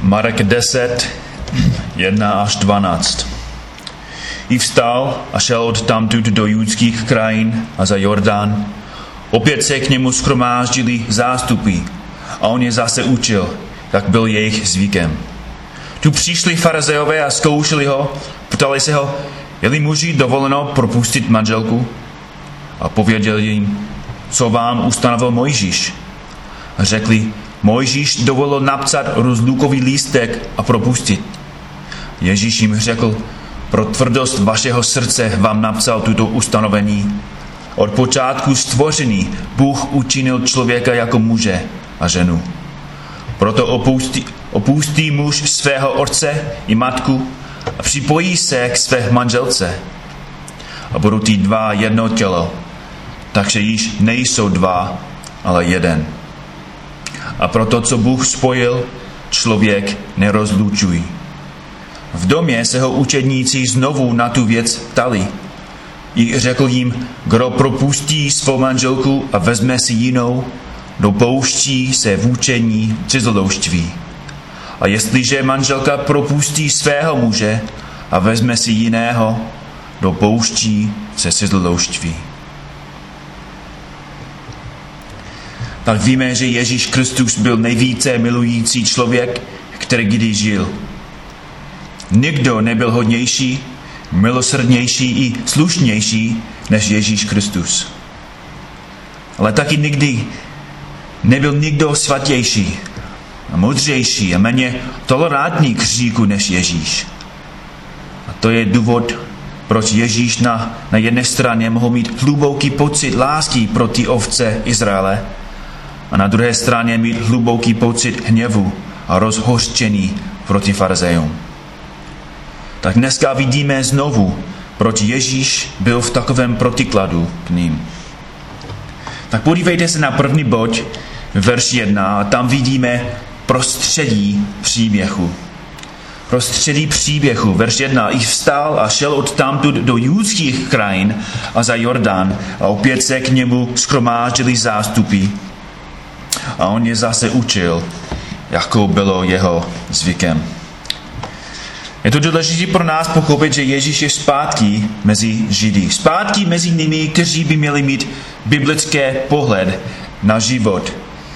Marek 10, 1 až 12. I vstal a šel odtamtud do judských krajin a za Jordán. Opět se k němu shromáždili zástupy a on je zase učil, jak byl jejich zvykem. Tu přišli farizeové a zkoušeli ho, ptali se ho, je-li muži dovoleno propustit manželku? A pověděl jim, co vám ustanovil Mojžíš. A řekli, Mojžíš dovolil napsat rozlukový lístek a propustit. Ježíš jim řekl, pro tvrdost vašeho srdce vám napsal tuto ustanovení. Od počátku stvoření Bůh učinil člověka jako muže a ženu. Proto opustí muž svého otce i matku a připojí se k své manželce. A budou ty dva jedno tělo, takže již nejsou dva, ale jeden. A proto, co Bůh spojil, člověk nerozlučují. V domě se ho učedníci znovu na tu věc ptali. I řekl jim, kdo propustí svou manželku a vezme si jinou, dopouští se v učení cizoložství. A jestliže manželka propustí svého muže a vezme si jiného, dopouští se cizoložství. Tak víme, že Ježíš Kristus byl nejvíce milující člověk, který kdy žil. Nikdo nebyl hodnější, milosrdnější i slušnější než Ježíš Kristus. Ale taky nikdy nebyl nikdo svatější a moudřejší a méně tolerantní k hříchu než Ježíš. A to je důvod, proč Ježíš na jedné straně mohl mít hluboký pocit lásky pro ty ovce Izraele a na druhé straně mít hluboký pocit hněvu a rozhořčení proti farizejům. Tak dneska vidíme znovu, proč Ježíš byl v takovém protikladu k ním. Tak podívejte se na první bod, verš 1, a tam vidíme prostředí příběhu. Prostředí příběhu, verš 1, i vstal a šel odtamtud do judských krajin a za Jordán a opět se k němu shromáždili zástupy a on je zase učil, jako bylo jeho zvykem. Je to důležité pro nás pochopit, že Ježíš je zpátky mezi Židy. Zpátky mezi nimi, kteří by měli mít biblické pohled na život.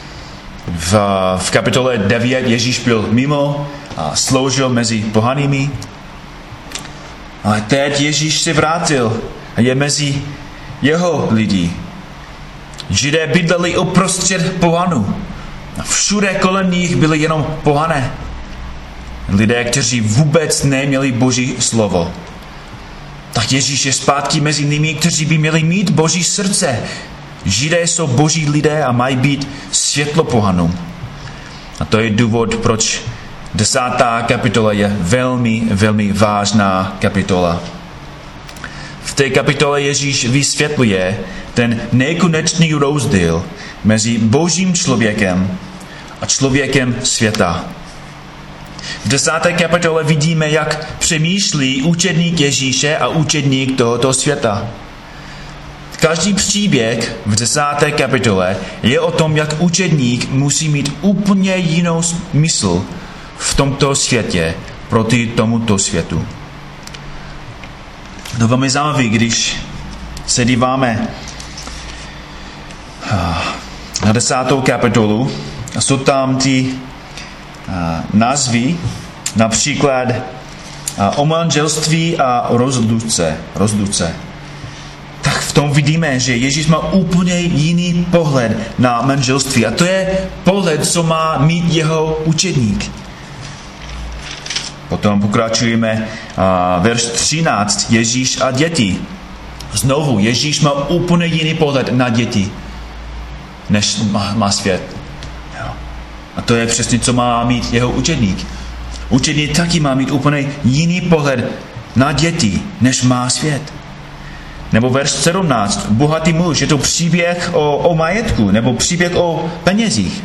V kapitole 9 Ježíš byl mimo a sloužil mezi pohanými. Ale teď Ježíš se vrátil a je mezi jeho lidí. Židé bydleli uprostřed pohanů. A všude kolem nich byly jenom pohané. Lidé, kteří vůbec neměli Boží slovo. Tak Ježíš je zpátky mezi nimi, kteří by měli mít Boží srdce. Židé jsou Boží lidé a mají být světlo pohanům. A to je důvod, proč 10. kapitola je velmi, velmi vážná kapitola. V té kapitole Ježíš vysvětluje ten nekonečný rozdíl mezi Božím člověkem a člověkem světa. V 10. kapitole vidíme, jak přemýšlí učedník Ježíše a učedník tohoto světa. Každý příběh v 10. kapitole je o tom, jak učedník musí mít úplně jinou mysl v tomto světě proti tomuto světu. To velmi zajímavé, když se díváme na 10. kapitolu a jsou tam ty názvy, například o manželství a rozluce. Tak v tom vidíme, že Ježíš má úplně jiný pohled na manželství. A to je pohled, co má mít jeho učedník. Potom pokračujeme verš 13, Ježíš a děti. Znovu, Ježíš má úplně jiný pohled na děti, než má svět. A to je přesně, co má mít jeho učedník. Učedník taky má mít úplně jiný pohled na děti, než má svět. Nebo verš 17, bohatý muž, je to příběh o majetku, nebo příběh o penězích.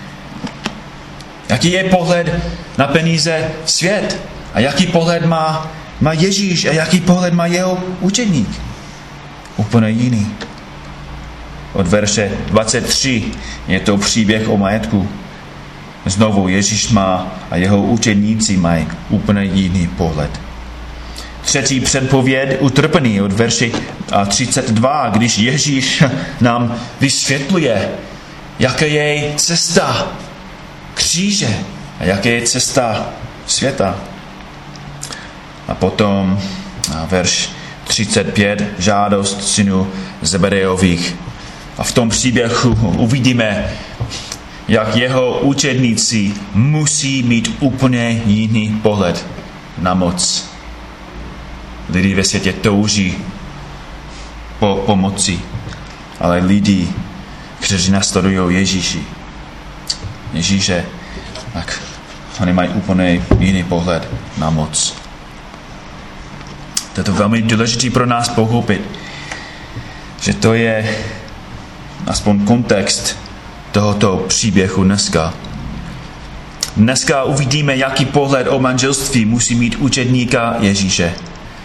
Jaký je pohled na peníze svět? A jaký pohled má Ježíš? A jaký pohled má jeho učedník? Úplně jiný. Od verše 23 je to příběh o majetku. Znovu Ježíš má a jeho učedníci mají úplně jiný pohled. Třetí předpověď utrpení od verši 32, když Ježíš nám vysvětluje, jaká je cesta kříže a jaká je cesta světa. A potom verš 35, žádost synů Zebedejových. A v tom příběhu uvidíme, jak jeho učedníci musí mít úplně jiný pohled na moc. Lidi ve světě touží po pomoci, ale lidi, kteří následují Ježíše, tak oni mají úplně jiný pohled na moc. To je to velmi důležité pro nás pochopit, že to je aspoň kontext tohoto příběhu dneska. Dneska uvidíme, jaký pohled o manželství musí mít učedníka Ježíše.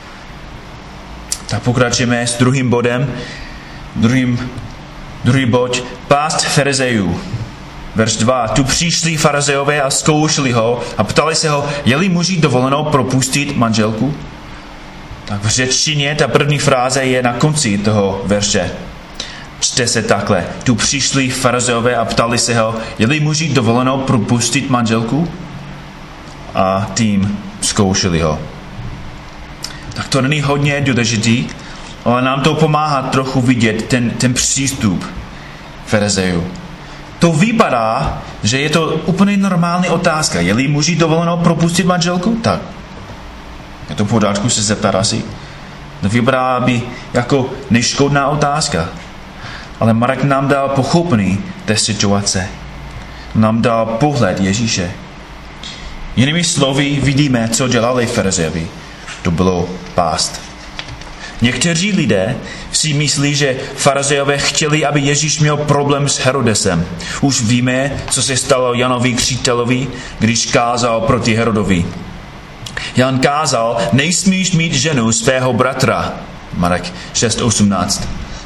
Tak pokračujeme s druhým bodem. Druhý bod, pást farizejů. Verš 2. Tu přišli farizejové a zkoušeli ho a ptali se ho, je-li muži dovoleno propustit manželku? Tak v řečtině ta první fráze je na konci toho verše. Čte se takhle. Tu přišli farizejové a ptali se ho, je-li muži dovoleno propustit manželku? A tím zkoušeli ho. Tak to není hodně důležitý, ale nám to pomáhá trochu vidět ten přístup farizejů. To vypadá, že je to úplně normální otázka. Je-li muži dovoleno propustit manželku? Tak. Je to v pořádku se zeptat asi. To vypadá by jako neškodná otázka. Ale Marek nám dal pochopení té situace. Nám dal pohled Ježíše. Jinými slovy vidíme, co dělali farizejové. To bylo pást. Někteří lidé si myslí, že farizejové chtěli, aby Ježíš měl problém s Herodesem. Už víme, co se stalo Janovi Křtitelovi, když kázal proti Herodovi. Jan kázal, nesmíš mít ženu svého bratra. Marek 6:18.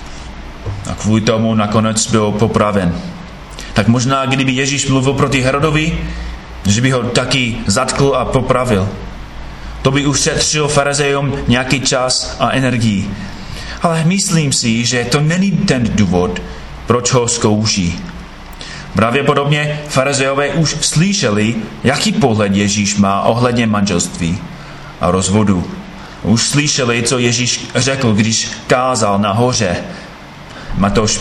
A kvůli tomu nakonec byl popraven. Tak možná, kdyby Ježíš mluvil proti Herodovi, že by ho taky zatkl a popravil. To by ušetřilo farizejům nějaký čas a energii. Ale myslím si, že to není ten důvod, proč ho zkouší. Pravděpodobně farizejové už slyšeli, jaký pohled Ježíš má ohledně manželství a rozvodu. Už slyšeli, co Ježíš řekl, když kázal na hoře. Matouš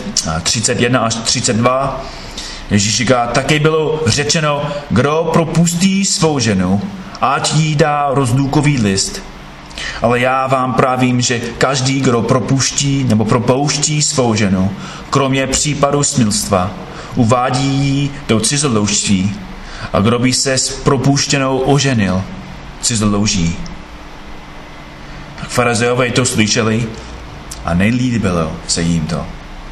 5:31-32. Ježíš říká, také bylo řečeno, kdo propustí svou ženu, ať jí dá rozlukový list. Ale já vám pravím, že každý, kdo propouští svou ženu, kromě případu smilstva, uvádí ji do cizoložství. A kdo by se s propuštěnou oženil, cizoloží. Tak farizejové to slyšeli a nelíbilo se jim to.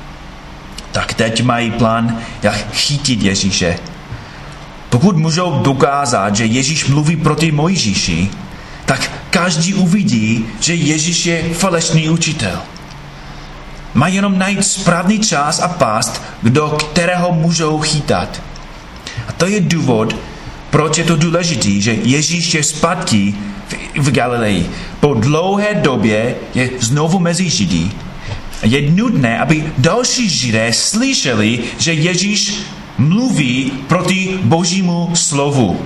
Tak teď mají plán, jak chytit Ježíše. Pokud můžou dokázat, že Ježíš mluví proti Mojžíši, tak každý uvidí, že Ježíš je falešný učitel. Mají jenom najít správný čas a pást, do kterého můžou chytat. A to je důvod, proč je to důležitý, že Ježíš je zpátky v Galileji. Po dlouhé době je znovu mezi Židy. Je nutné, aby další Židé slyšeli, že Ježíš mluví proti Božímu slovu.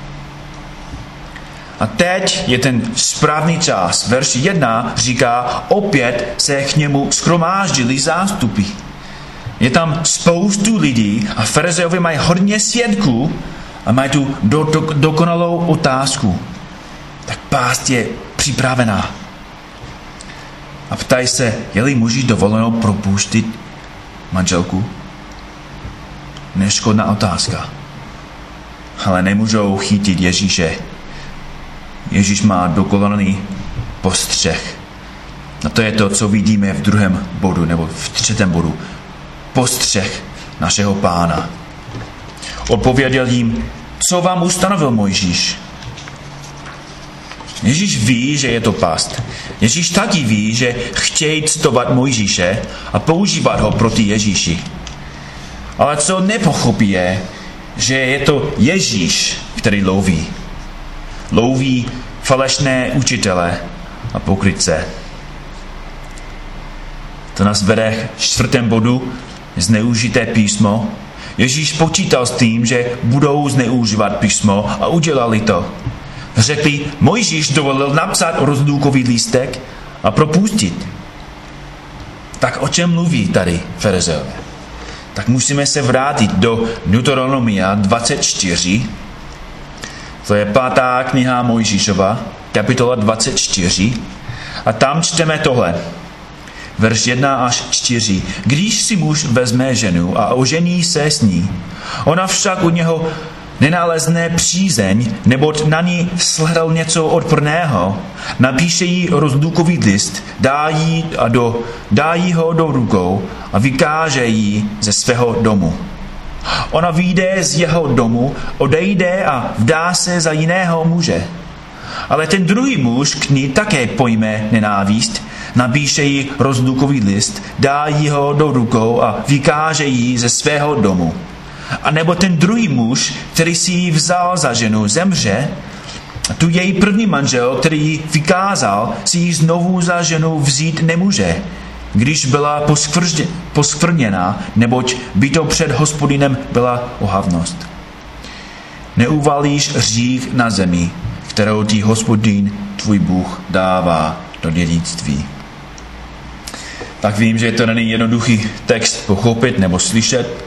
A teď je ten správný čas. Verš 1 říká, opět se k němu shromáždili zástupy. Je tam spoustu lidí a farizejové mají hodně svědků a mají tu dokonalou otázku. Tak pást je připravená. A ptají se, je-li muži dovoleno propustit manželku? Neškodná otázka. Ale nemůžou chytit Ježíše. Ježíš má dokonalý postřeh. A to je to, co vidíme v druhém bodu, nebo v třetím bodu. Postřeh našeho Pána. Odpověděl jim, co vám ustanovil Mojžíš? Ježíš ví, že je to past. Ježíš taky ví, že chtějí citovat Mojžíše a používat ho proti Ježíši. Ale co nepochopí je, že je to Ježíš, který loví. Loví falešné učitele a pokrytce. To nás vede k 4. bodu, zneužité písmo. Ježíš počítal s tím, že budou zneužívat písmo a udělali to. Řekli, Mojžíš dovolil napsat rozlukový lístek a propustit. Tak o čem mluví tady farizeové? Tak musíme se vrátit do Deuteronomia 24. To je 5. kniha Mojžíšova, kapitola 24. A tam čteme tohle. Verš 1 až 4. Když si muž vezme ženu a ožení se s ní, ona však od něho nenalezne přízeň, neboť na ní shledal něco odporného, napíše jí rozlukový list, dá jí ho do rukou a vykáže jí ze svého domu. Ona vyjde z jeho domu, odejde a vdá se za jiného muže. Ale ten druhý muž k ní také pojme nenávist, napíše jí rozlukový list, dá jí ho do rukou a vykáže jí ze svého domu. A nebo ten druhý muž, který si ji vzal za ženu, zemře, tu její první manžel, který ji vykázal, si ji znovu za ženu vzít nemůže, když byla poskvrněná, neboť by to před Hospodinem byla ohavnost. Neuvalíš hřích na zemi, kterou ti Hospodin, tvůj Bůh, dává do dědictví. Tak vím, že to není jednoduchý text pochopit nebo slyšet.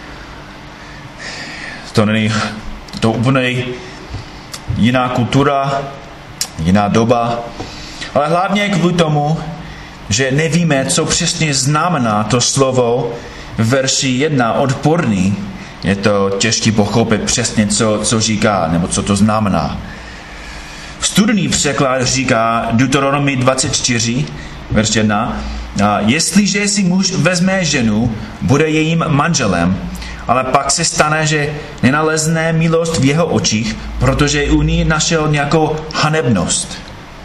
To není to úplně jiná kultura, jiná doba, ale hlavně kvůli tomu, že nevíme, co přesně znamená to slovo v verši 1 odporný. Je to těžké pochopit přesně, co říká, nebo co to znamená. Studijní překlad říká Deuteronomii 24, verš 1, jestliže si muž vezme ženu, bude jejím manželem, ale pak se stane, že nenalezne milost v jeho očích, protože u ní našel nějakou hanebnost.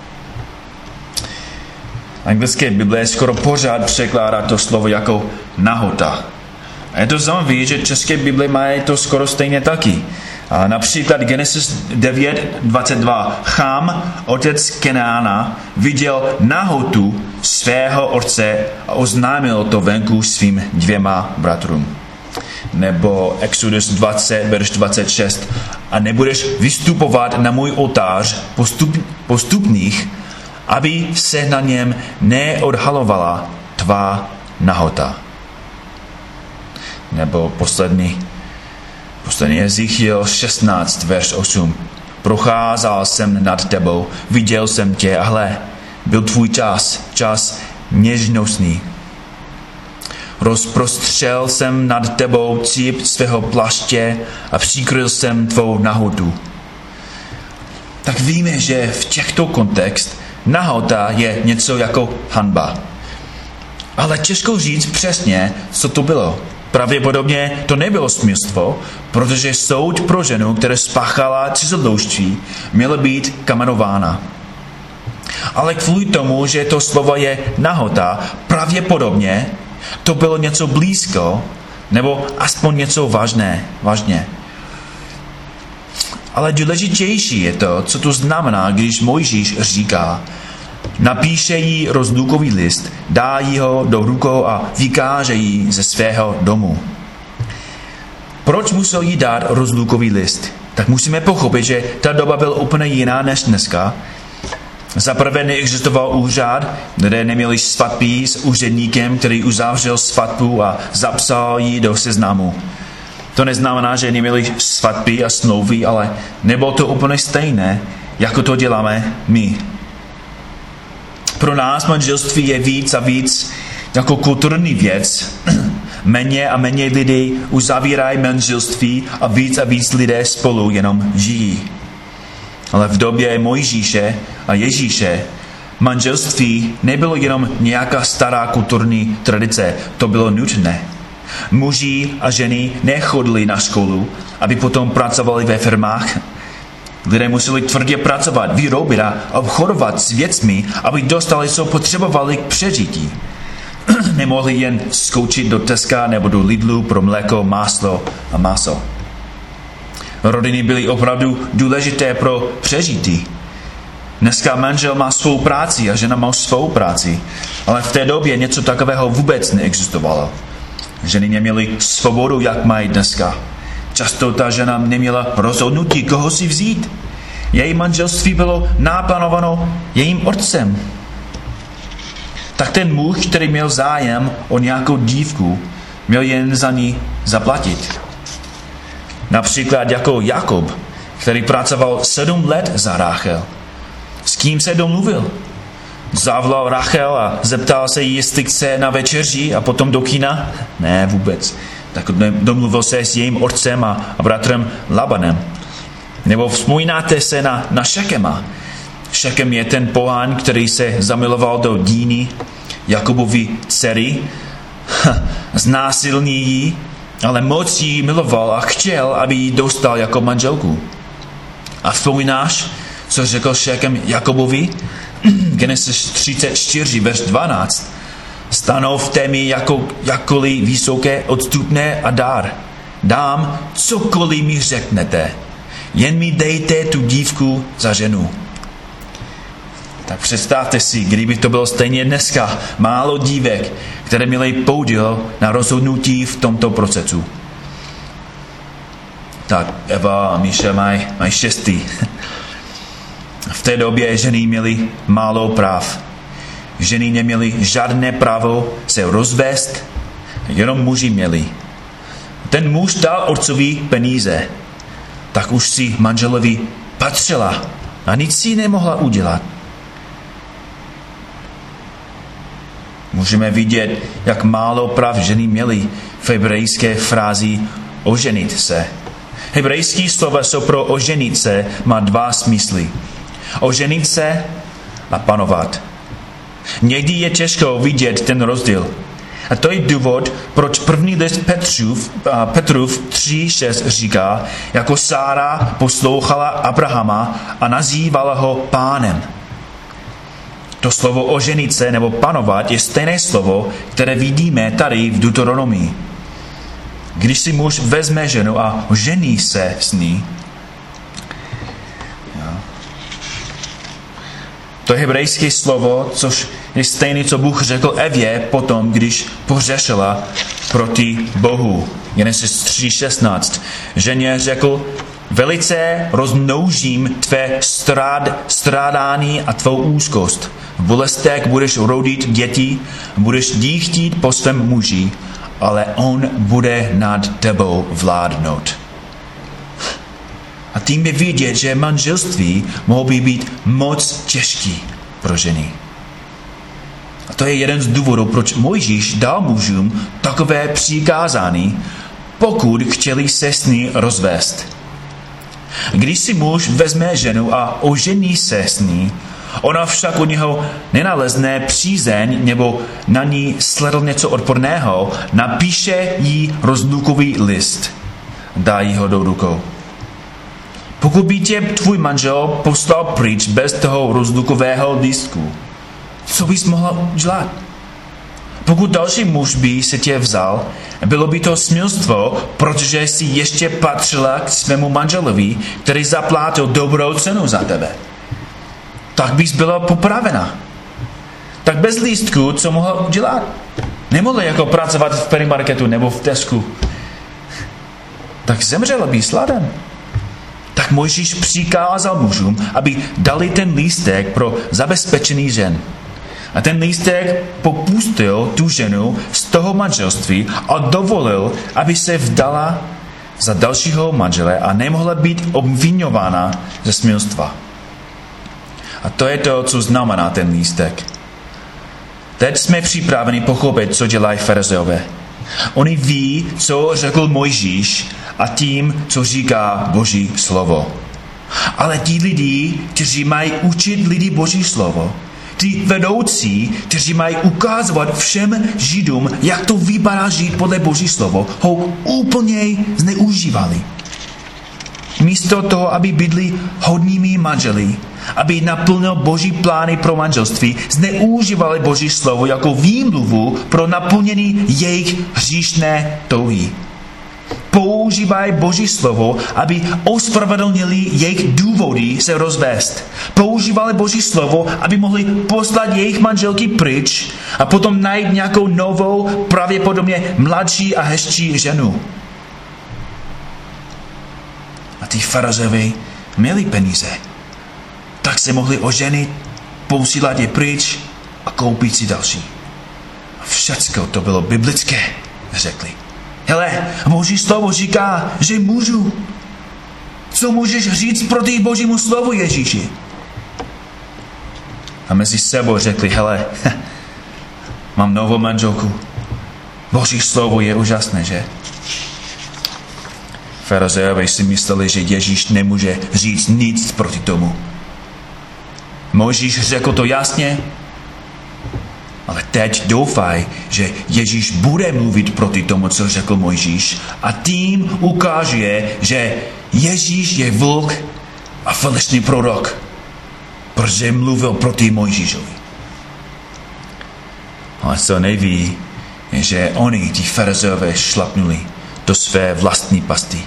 Anglické Bible skoro pořád překládá to slovo jako nahota. A je to zajímavé, že české Bible mají to skoro stejně taky. A například Genesis 9:22. Chám, otec Kenána, viděl nahotu svého otce a oznámil to venku svým 2 bratrům. Nebo Exodus 20, verš 26. A nebudeš vystupovat na můj oltář postupných, aby se na něm neodhalovala tvá nahota. Nebo poslední Ezechiel 16, verš 8. Procházel jsem nad tebou, viděl jsem tě a hle, byl tvůj čas něžnostný. Rozprostřel jsem nad tebou cíp svého plaště a přikryl jsem tvou nahotu. Tak víme, že v těchto kontext nahota je něco jako hanba. Ale těžko říct přesně, co to bylo. Pravděpodobně to nebylo smilstvo, protože soud pro ženu, která spáchala cizoložství, měla být kamenována. Ale kvůli tomu, že to slovo je nahota, pravděpodobně to bylo něco blízko, nebo aspoň něco vážně. Ale důležitější je to, co to znamená, když Mojžíš říká, napíše jí rozlukový list, dá jí ho do rukou a vykáže jí ze svého domu. Proč musel jí dát rozlukový list? Tak musíme pochopit, že ta doba byla úplně jiná než dneska. Zaprvé neexistoval úřad, kde neměli svatby s úředníkem, který uzavřel svatbu a zapsal ji do seznamu. To neznamená, že neměli svatby a smlouvy, ale nebylo to úplně stejné, jako to děláme my. Pro nás manželství je víc a víc jako kulturní věc. Méně a méně lidí uzavírají manželství a víc lidé spolu jenom žijí. Ale v době Mojžíše a Ježíše manželství nebylo jenom nějaká stará kulturní tradice, to bylo nutné. Muži a ženy nechodili na školu, aby potom pracovali ve firmách. Lidé museli tvrdě pracovat, vyrobit a obchodovat s věcmi, aby dostali, co potřebovali k přežití. Nemohli jen skočit do Teska nebo do Lidlu pro mléko, máslo a maso. Rodiny byly opravdu důležité pro přežití. Dneska manžel má svou práci a žena má svou práci, ale v té době něco takového vůbec neexistovalo. Ženy neměly svobodu, jak mají dneska. Často ta žena neměla rozhodnutí, koho si vzít. Její manželství bylo naplánováno jejím otcem. Tak ten muž, který měl zájem o nějakou dívku, měl jen za ní zaplatit. Například jako Jakub, který pracoval 7 let za Rachel. S kým se domluvil? Zavolal Rachel a zeptal se jí, jestli chce na večeři a potom do kina? Ne, vůbec. Tak domluvil se s jejím otcem a bratrem Labanem. Nebo vzpomínáte se na Šekema. Šekem je ten pohán, který se zamiloval do Díny, Jakubovy dcery. Znásilnil ji, ale moc ji miloval a chtěl, aby ji dostal jako manželku. A vzpomínáš, co řekl Šekem Jakobovi? Genesis 34, verš 12. Stanovte mi jakkoliv vysoké odstupné a dar. Dám, cokoliv mi řeknete. Jen mi dejte tu dívku za ženu. Tak představte si, kdyby to bylo stejně dneska, málo dívek, které měly podíl na rozhodnutí v tomto procesu. Tak Eva a Míša mají štěstí. V té době ženy měly málo práv. Ženy neměly žádné právo se rozvést, jenom muži měli. Ten muž dal otcovi peníze, tak už si manželovi patřila a nic si nemohla udělat. Můžeme vidět, jak málo práv ženy měly v hebrejské frázi oženit se. Hebrejský slova jsou pro oženit se má 2 smysly. Oženit se a panovat. Někdy je těžko vidět ten rozdíl. A to je důvod, proč první list Petrův 3:6 říká, jako Sára poslouchala Abrahama a nazývala ho pánem. To slovo oženit se nebo panovat je stejné slovo, které vidíme tady v Deuteronomii. Když si muž vezme ženu a ožení se s ní, to je hebrejské slovo, což je stejné, co Bůh řekl Evě potom, když pohřešila proti Bohu. Genesis 3:16. Ženě řekl, velice rozmnožím tvé strádání a tvou úzkost. V bolestech budeš rodit děti, budeš díchtít po svém muži, ale on bude nad tebou vládnout. A tím je vidět, že manželství mohlo být moc těžký pro ženy. A to je jeden z důvodů, proč Mojžíš dal mužům takové přikázání, pokud chtěli se s ní rozvést. Když si muž vezme ženu a ožení se s ní, ona však od něho nenalezne přízeň nebo na ní sledl něco odporného, napíše jí rozlukový list. Dá jí ho do rukou. Pokud by tě tvůj manžel poslal pryč bez toho rozlukového lístku, co bys mohla udělat? Pokud další muž by se tě vzal, bylo by to smilstvo, protože jsi ještě patřila k svému manželovi, který zaplatil dobrou cenu za tebe. Tak bys byla popravena. Tak bez lístku, co mohla udělat? Nemohla jako pracovat v perimarketu nebo v Tesku. Tak zemřela by sladem. Tak Mojžíš přikázal mužům, aby dali ten lístek pro zabezpečený žen. A ten lístek popustil tu ženu z toho manželství a dovolil, aby se vdala za dalšího manžele a nemohla být obvinována ze smilstva. A to je to, co znamená ten lístek. Teď jsme připraveni pochopit, co dělají farizeové. Oni ví, co řekl Mojžíš a tím, co říká Boží slovo. Ale ti lidi, kteří mají učit lidi Boží slovo, ti vedoucí, kteří mají ukázovat všem Židům, jak to vypadá žít podle Boží slovo, ho úplně zneužívali. Místo toho, aby byli hodnými manželi, aby naplnil Boží plány pro manželství, zneužívali Boží slovo jako výmluvu pro naplnění jejich hříšné touhy. používají Boží slovo, aby ospravedlnili jejich důvody se rozvést. Používali Boží slovo, aby mohli poslat jejich manželky pryč a potom najít nějakou novou, pravděpodobně mladší a hezčí ženu. A ty farizeové měli peníze, tak se mohli oženit, posílat je pryč a koupit si další. A všecko to bylo biblické, řekli. Hele, Boží slovo říká, že můžu. Co můžeš říct proti Božímu slovu, Ježíši? A mezi sebou řekli, hele, mám novou manželku. Boží slovo je úžasné, že? Farizeové si mysleli, že Ježíš nemůže říct nic proti tomu. Mojžíš řekl to jasně, ale teď doufaj, že Ježíš bude mluvit proti tomu, co řekl Mojžíš, a tím ukáže, že Ježíš je vlk a falešný prorok, protože mluvil proti Mojžíšovi. Ale co neví, je, že oni, ti farizeové, šlapnuli do své vlastní pasti.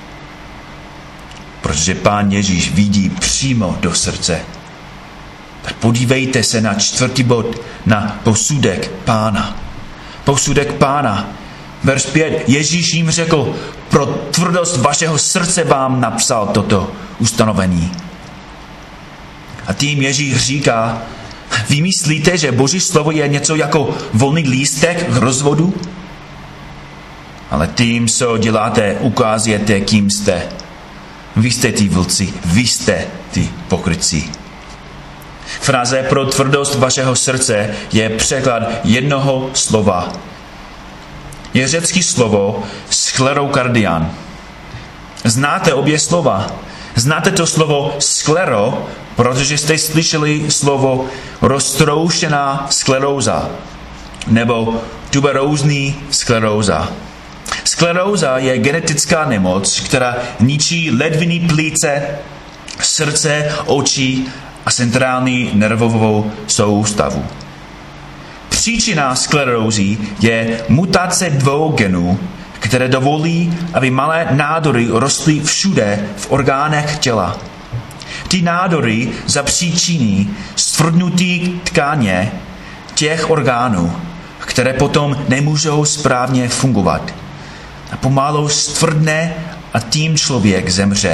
Protože Pán Ježíš vidí přímo do srdce. Tak podívejte se na 4. bod, na posudek Pána. Posudek Pána. Verš 5. Ježíš jim řekl, pro tvrdost vašeho srdce vám napsal toto ustanovení. A tím Ježíš říká, vy myslíte, že Boží slovo je něco jako volný lístek k rozvodu? Ale tím, co děláte, ukazujete, kým jste. Vy jste ty vlci, vy jste ty pokrytci. Fráze pro tvrdost vašeho srdce je překlad jednoho slova. Je řecké slovo sklerokardian. Znáte obě slova. Znáte to slovo sklero, protože jste slyšeli slovo roztroušená skleróza nebo tuberózní skleróza. Skleróza je genetická nemoc, která ničí ledviny plíce, srdce, oči a centrální nervovou soustavu. Příčina sklerózy je mutace 2 genů, které dovolí, aby malé nádory rostly všude v orgánech těla. Ty nádory zapříčiní stvrdnutí tkáně těch orgánů, které potom nemůžou správně fungovat. A pomalu stvrdne a tím člověk zemře.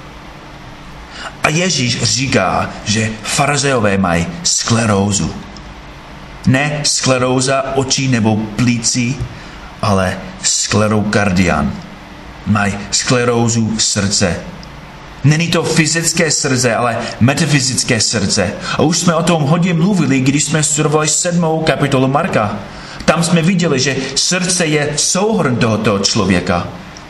A Ježíš říká, že farizeové mají sklerózu. Ne skleróza očí nebo plící, ale sklerokardian. Mají sklerózu srdce. Není to fyzické srdce, ale metafyzické srdce. A už jsme o tom hodně mluvili, když jsme studovali 7. kapitolu Marka. Tam jsme viděli, že srdce je souhrn tohoto člověka.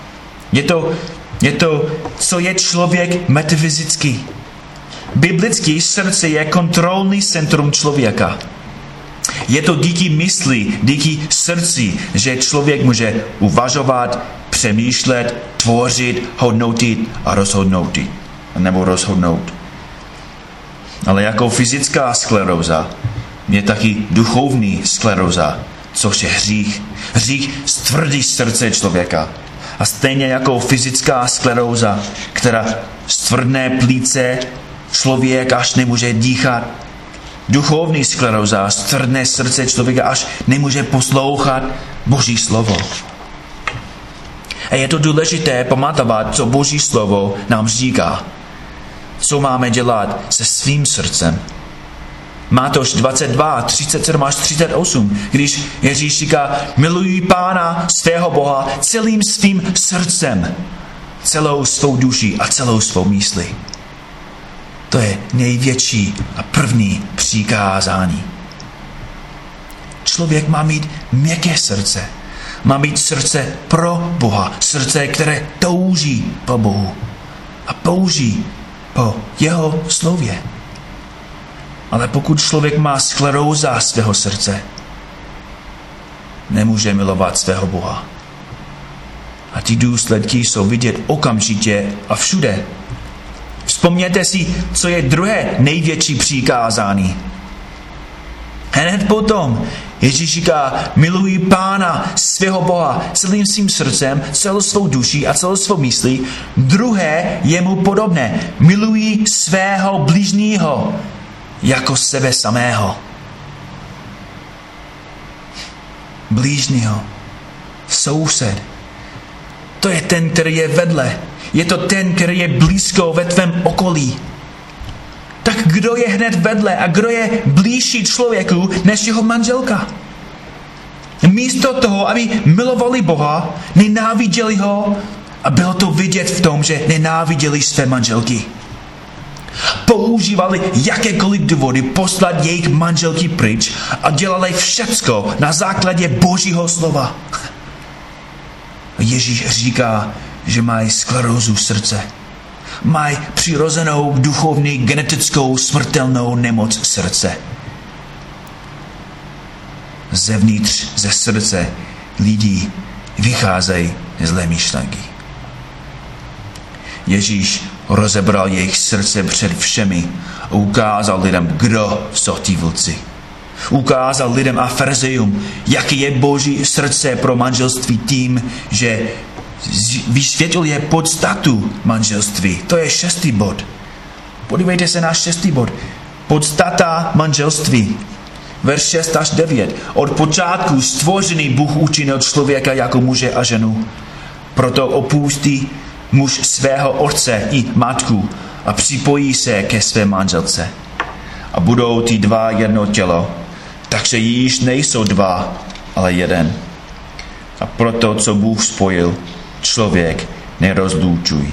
Je to, co je člověk metafyzický. Biblický srdce je kontrolní centrum člověka. Je to díky mysli, díky srdci, že člověk může uvažovat, přemýšlet, tvořit, hodnotit a rozhodnout. Ale jako fyzická skleróza je taky duchovní skleróza, což je hřích. Hřích stvrdí srdce člověka. A stejně jako fyzická skleróza, která stvrdne plíce, člověk až nemůže dýchat. Duchovní skleróza stvrdne srdce člověka, až nemůže poslouchat Boží slovo. A je to důležité pamatovat, co Boží slovo nám říká. Co máme dělat se svým srdcem. Mátoš 22, 37 až 38, když Ježíš říká, miluj Pána svého Boha celým svým srdcem, celou svou duší a celou svou myslí. To je největší a první přikázání. Člověk má mít měkké srdce. Má mít srdce pro Boha. Srdce, které touží po Bohu. A touží po jeho slově. Ale pokud člověk má skleróza svého srdce, nemůže milovat svého Boha. A ty důsledky jsou vidět okamžitě a všude. Vzpomněte si, co je druhé největší přikázání. Hned potom Ježíš říká, miluj Pána, svého Boha, celým svým srdcem, celou svou duší a celou svou myslí. Druhé je mu podobné. Miluj svého bližního jako sebe samého. Blížního, soused. To je ten, který je vedle. Je to ten, který je blízko ve tvém okolí. Tak kdo je hned vedle a kdo je blížší člověku než jeho manželka? Místo toho, aby milovali Boha, nenáviděli ho a bylo to vidět v tom, že nenáviděli své manželky. Používali jakékoliv důvody poslat jejich manželky pryč a dělali všecko na základě Božího slova. Ježíš říká, že mají sklerózu srdce. Mají přirozenou duchovní genetickou smrtelnou nemoc srdce. Zevnitř ze srdce lidí vycházejí zlé myšlenky. Ježíš rozebral jejich srdce před všemi a ukázal lidem, kdo jsou ti vlci. Ukázal lidem a farizejům, jaký je Boží srdce pro manželství tím, že vysvětlil je podstatu manželství. To je 6. bod. Podívejte se na 6. bod. Podstata manželství. Verš 6 až 9. Od počátku stvořený Bůh učinil člověka jako muže a ženu. Proto opustí muž svého otce i matku a připojí se ke své manželce. A budou ty dva jedno tělo. Takže již nejsou dva, ale jeden. A proto, co Bůh spojil, člověk nerozlučuj.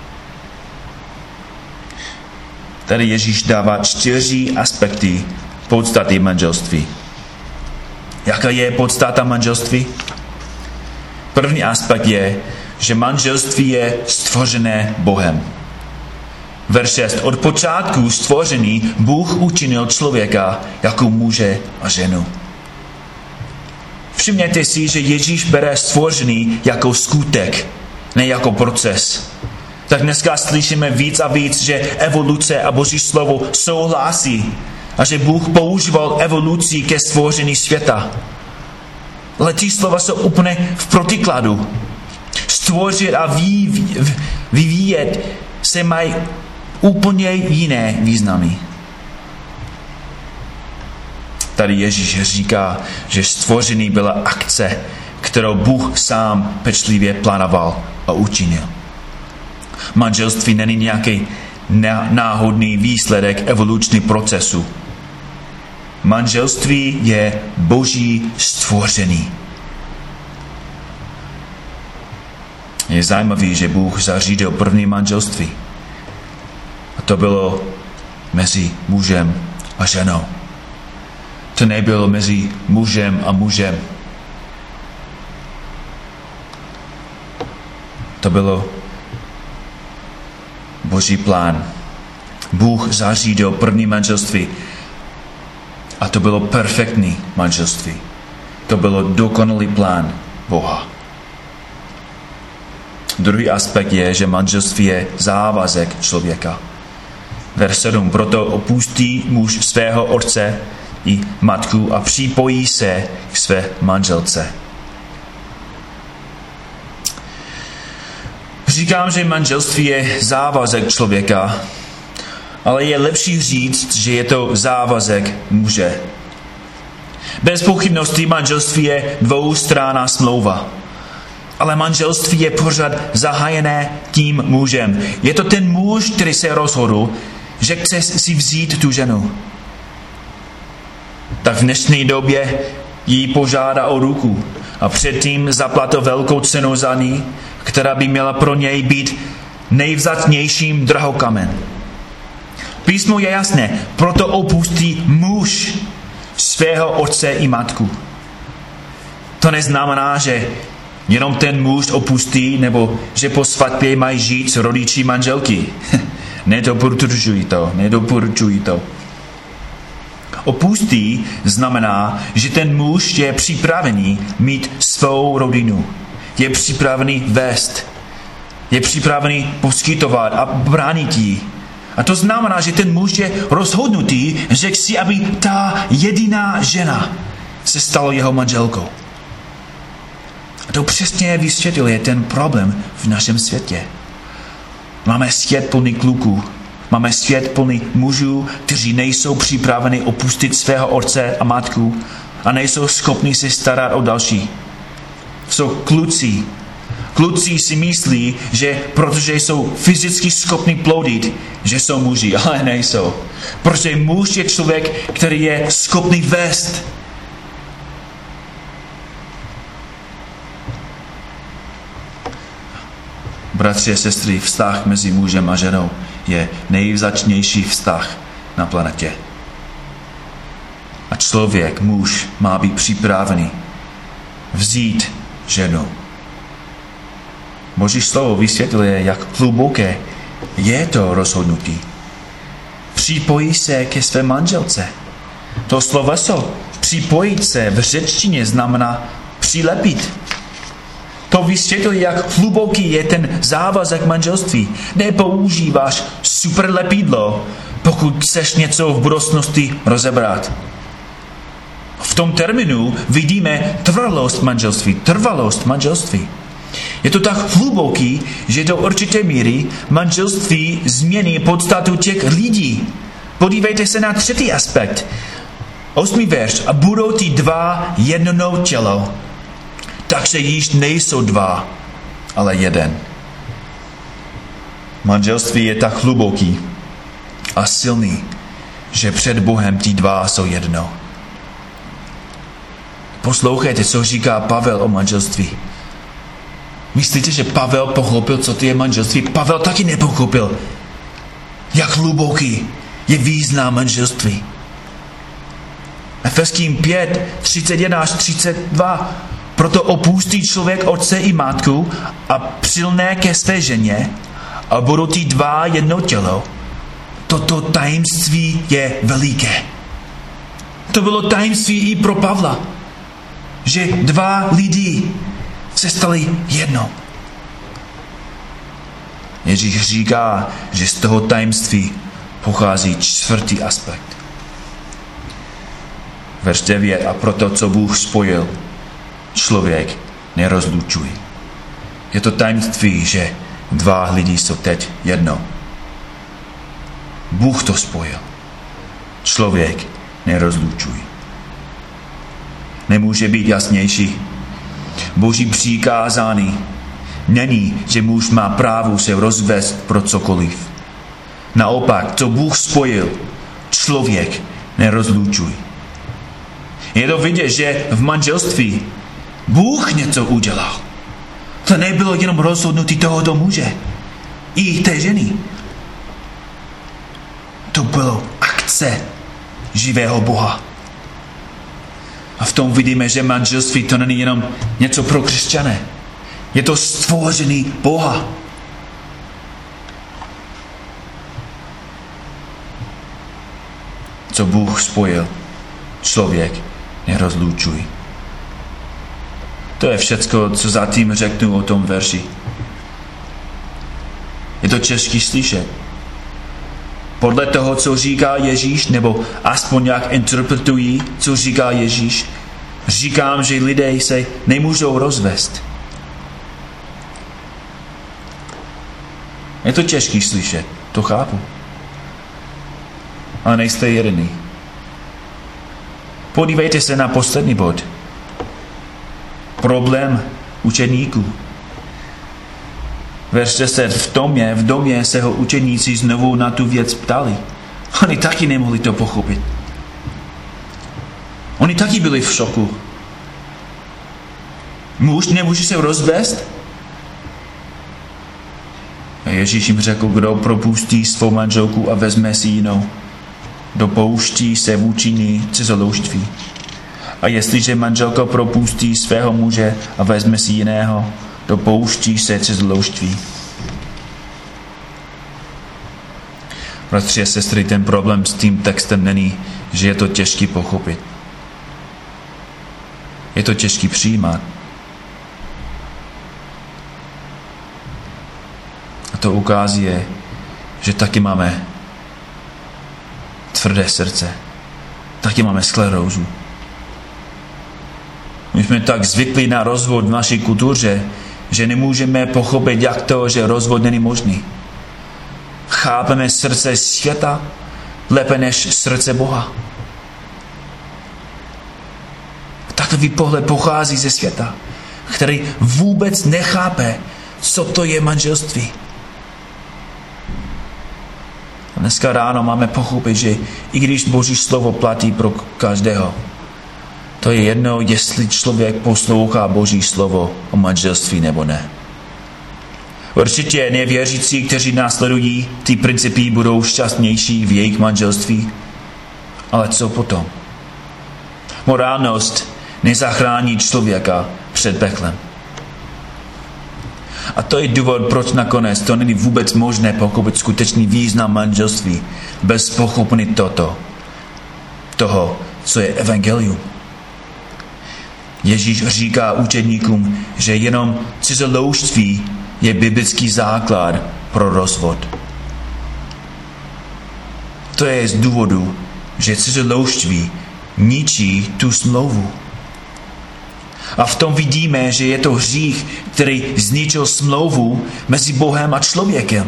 Tady Ježíš dává 4 aspekty podstaty manželství. Jaká je podstata manželství? První aspekt je, že manželství je stvořené Bohem. Verš 6. Od počátku stvořený Bůh učinil člověka jako muže a ženu. Všimněte si, že Ježíš bere stvořený jako skutek, ne jako proces. Tak dneska slyšíme víc a víc, že evoluce a Boží slovo souhlasí a že Bůh používal evoluci ke stvoření světa. Ale ty slova jsou úplně v protikladu. Stvořit a vyvíjet se mají úplně jiné významy. Tady Ježíš říká, že stvoření byla akce, kterou Bůh sám pečlivě plánoval a učinil. Manželství není nějaký náhodný výsledek evolučního procesu. Manželství je Boží stvoření. Je zajímavé, že Bůh zařídil první manželství. A to bylo mezi mužem a ženou. To nebylo mezi mužem a mužem. To bylo Boží plán. Bůh zařídil první manželství. A to bylo perfektní manželství. To bylo dokonalý plán Boha. Druhý aspekt je, že manželství je závazek člověka. Verš 7. Proto opustí muž svého otce i matku a připojí se k své manželce. Říkám, že manželství je závazek člověka, ale je lepší říct, že je to závazek muže. Bez pochybnosti manželství je dvoustranná smlouva. Ale manželství je pořád zahájené tím mužem. Je to ten muž, který se rozhodl, že chce si vzít tu ženu. Tak v dnešní době jí požádá o ruku a předtím zaplatil velkou cenu za ní, která by měla pro něj být nejvzácnějším drahokamen. Písmo je jasné, proto opustí muž svého otce i matku. To neznamená, že jenom ten muž opustí, nebo že po svatbě mají žít s rodiči manželky. Nedoporučuji to. Opustí znamená, že ten muž je připravený mít svou rodinu. Je připravený vést. Je připravený poskytovat a bránit jí. A to znamená, že ten muž je rozhodnutý, že chce, aby ta jediná žena se stalo jeho manželkou. A to přesně vysvětluje ten problém v našem světě. Máme svět plný kluků, máme svět plný mužů, kteří nejsou připraveni opustit svého otce a matku a nejsou schopni se starat o další. Jsou kluci. Kluci si myslí, že protože jsou fyzicky schopni plodit, že jsou muži, ale nejsou. Protože muž je člověk, který je schopný vést. Bratři a sestry, vztah mezi mužem a ženou je nejvzácnější vztah na planetě. A člověk, muž, má být připravený vzít ženu. Boží slovo vysvětluje, jak hluboké je to rozhodnutí. Připojí se ke své manželce. To sloveso připojit se v řečtině znamená přilepit. To vysvětluje, jak hluboký je ten závazek manželství. Nepoužíváš superlepidlo, pokud chceš něco v budoucnosti rozebrat. V tom termínu vidíme trvalost manželství. Je to tak hluboký, že do určité míry manželství změní podstatu těch lidí. Podívejte se na 3. aspekt. 8. verš. A budou ty dva jedno tělo. Takže již nejsou dva, ale jeden. Manželství je tak hluboký a silný, že před Bohem ty dva jsou jedno. Poslouchejte, co říká Pavel o manželství. Myslíte, že Pavel pochopil, co to je manželství? Pavel taky nepochopil, jak hluboký je význam manželství. Efeským 5, 31 až 32. Proto opustí člověk otce i matku a přilne ke své ženě a budou ty dva jedno tělo. Toto tajemství je veliké. To bylo tajemství i pro Pavla, že dva lidi se stali jedno. Ježíš říká, že z toho tajemství pochází 4. aspekt. Verš 9. A proto, co Bůh spojil, člověk nerozlučuje. Je to tajemství, že dva lidi jsou teď jedno. Bůh to spojil. Člověk nerozlučuje. Nemůže být jasnější. Boží přikázání není, že muž má právo se rozvést pro cokoliv. Naopak, co Bůh spojil, člověk nerozlučuje. Je to vidět, že v manželství Bůh něco udělal. To nebylo jenom rozhodnutí tohoto muže i té ženy. To bylo akce živého Boha. A v tom vidíme, že manželství to není jenom něco pro křesťané. Je to stvořený Boha. Co Bůh spojil, člověk nerozlučuje. To je všecko, co zatím řeknu o tom verši. Je to těžké slyšet. Podle toho, co říká Ježíš, nebo aspoň jak interpretují, co říká Ježíš, říkám, že lidé se nemůžou rozvést. Je to těžké slyšet, to chápu. Ale nejste jediný. Podívejte se na poslední bod. Problém učeníků. Verš 10. V domě se ho učeníci znovu na tu věc ptali. Oni taky nemohli to pochopit. Oni taky byli v šoku. Muž nemůže se rozvést? A Ježíš jim řekl, kdo propustí svou manželku a vezme si jinou, dopouští se vůči ní cizoložství. A jestliže manželka propustí svého muže a vezme si jiného, dopouští se cizoložství. Bratři a sestry, ten problém s tím textem není, že je to těžký pochopit. Je to těžký přijímat. A to ukazuje, že taky máme tvrdé srdce. Taky máme sklerózu. My jsme tak zvyklí na rozvod v naší kultuře, že nemůžeme pochopit, jak to, že rozvod není možný. Chápeme srdce světa lépe než srdce Boha. Takový pohled pochází ze světa, který vůbec nechápe, co to je manželství. A dneska ráno máme pochopit, že i když Boží slovo platí pro každého, to je jedno, jestli člověk poslouchá Boží slovo o manželství nebo ne. Určitě nevěřící, kteří následují ty principy, budou šťastnější v jejich manželství. Ale co potom? Morálnost nezachrání člověka před peklem. A to je důvod, proč nakonec to není vůbec možné pochopit skutečný význam manželství bez pochopení toho, co je evangelium. Ježíš říká učedníkům, že jenom cizoloužství je biblický základ pro rozvod. To je z důvodu, že cizoloužství ničí tu smlouvu. A v tom vidíme, že je to hřích, který zničil smlouvu mezi Bohem a člověkem.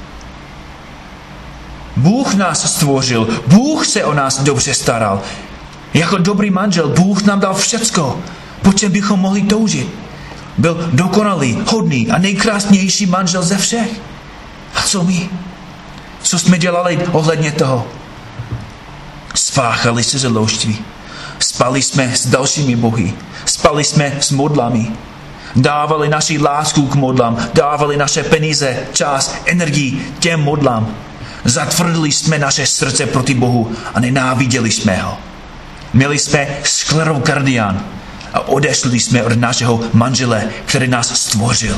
Bůh nás stvořil, Bůh se o nás dobře staral. Jako dobrý manžel Bůh nám dal všecko, po čem bychom mohli toužit. Byl dokonalý, hodný a nejkrásnější manžel ze všech. A co my? Co jsme dělali ohledně toho? Spáchali cizoloužství. Spali jsme s dalšími bohy. Spali jsme s modlami. Dávali naši lásku k modlám. Dávali naše peníze, čas, energii těm modlám. Zatvrdili jsme naše srdce proti Bohu a nenáviděli jsme ho. Měli jsme sklerokardián a odešli jsme od našeho manžele, který nás stvořil.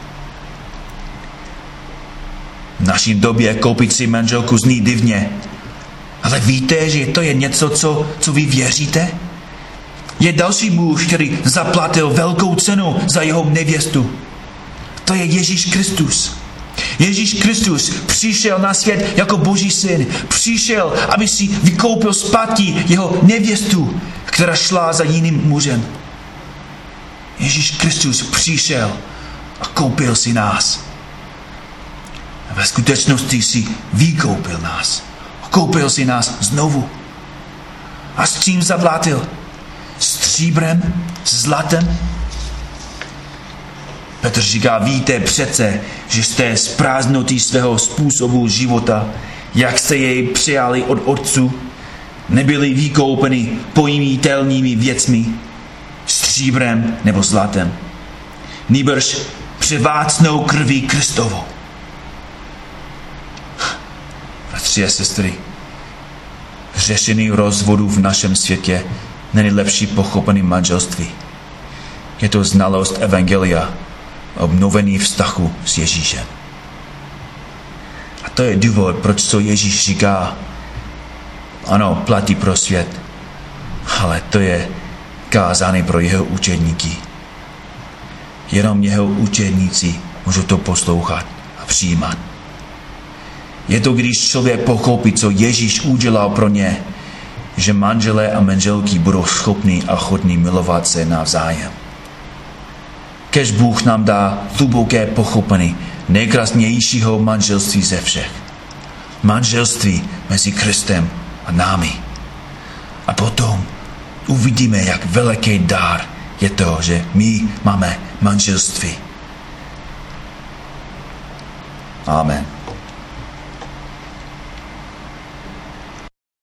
V naší době koupit si manželku zní divně. Ale víte, že to je něco, co vy věříte? Je další muž, který zaplatil velkou cenu za jeho nevěstu. To je Ježíš Kristus. Ježíš Kristus přišel na svět jako Boží syn. Přišel, aby si vykoupil zpátky jeho nevěstu, která šla za jiným mužem. Ježíš Kristus přišel a koupil si nás. A ve skutečnosti si vykoupil nás. Koupil si nás znovu. A s čím zaplatil? Stříbrem? Zlatem? Petr říká, víte přece, že jste z prázdnoty svého způsobu života, jak jste jej přijali od otců, nebyli vykoupeni pojmitelnými věcmi, stříbrem nebo zlatem. Nýbrž převácnou krví Kristovou. Bratři a sestry, řešení rozvodu v našem světě není lepší pochopení manželství. Je to znalost evangelia, obnovený vztahu s Ježíšem. A to je důvod, proč to Ježíš říká. Ano, platí pro svět, ale to je kázány pro jeho učedníky. Jenom jeho učedníci můžou to poslouchat a přijímat. Je to, když člověk pochopí, co Ježíš udělal pro ně, že manželé a manželky budou schopni a ochotní milovat se navzájem. Kež Bůh nám dá hluboké pochopení nejkrásnějšího manželství ze všech. Manželství mezi Kristem a námi. A potom uvidíme, jak veliký dar je to, že my máme manželství. Amen.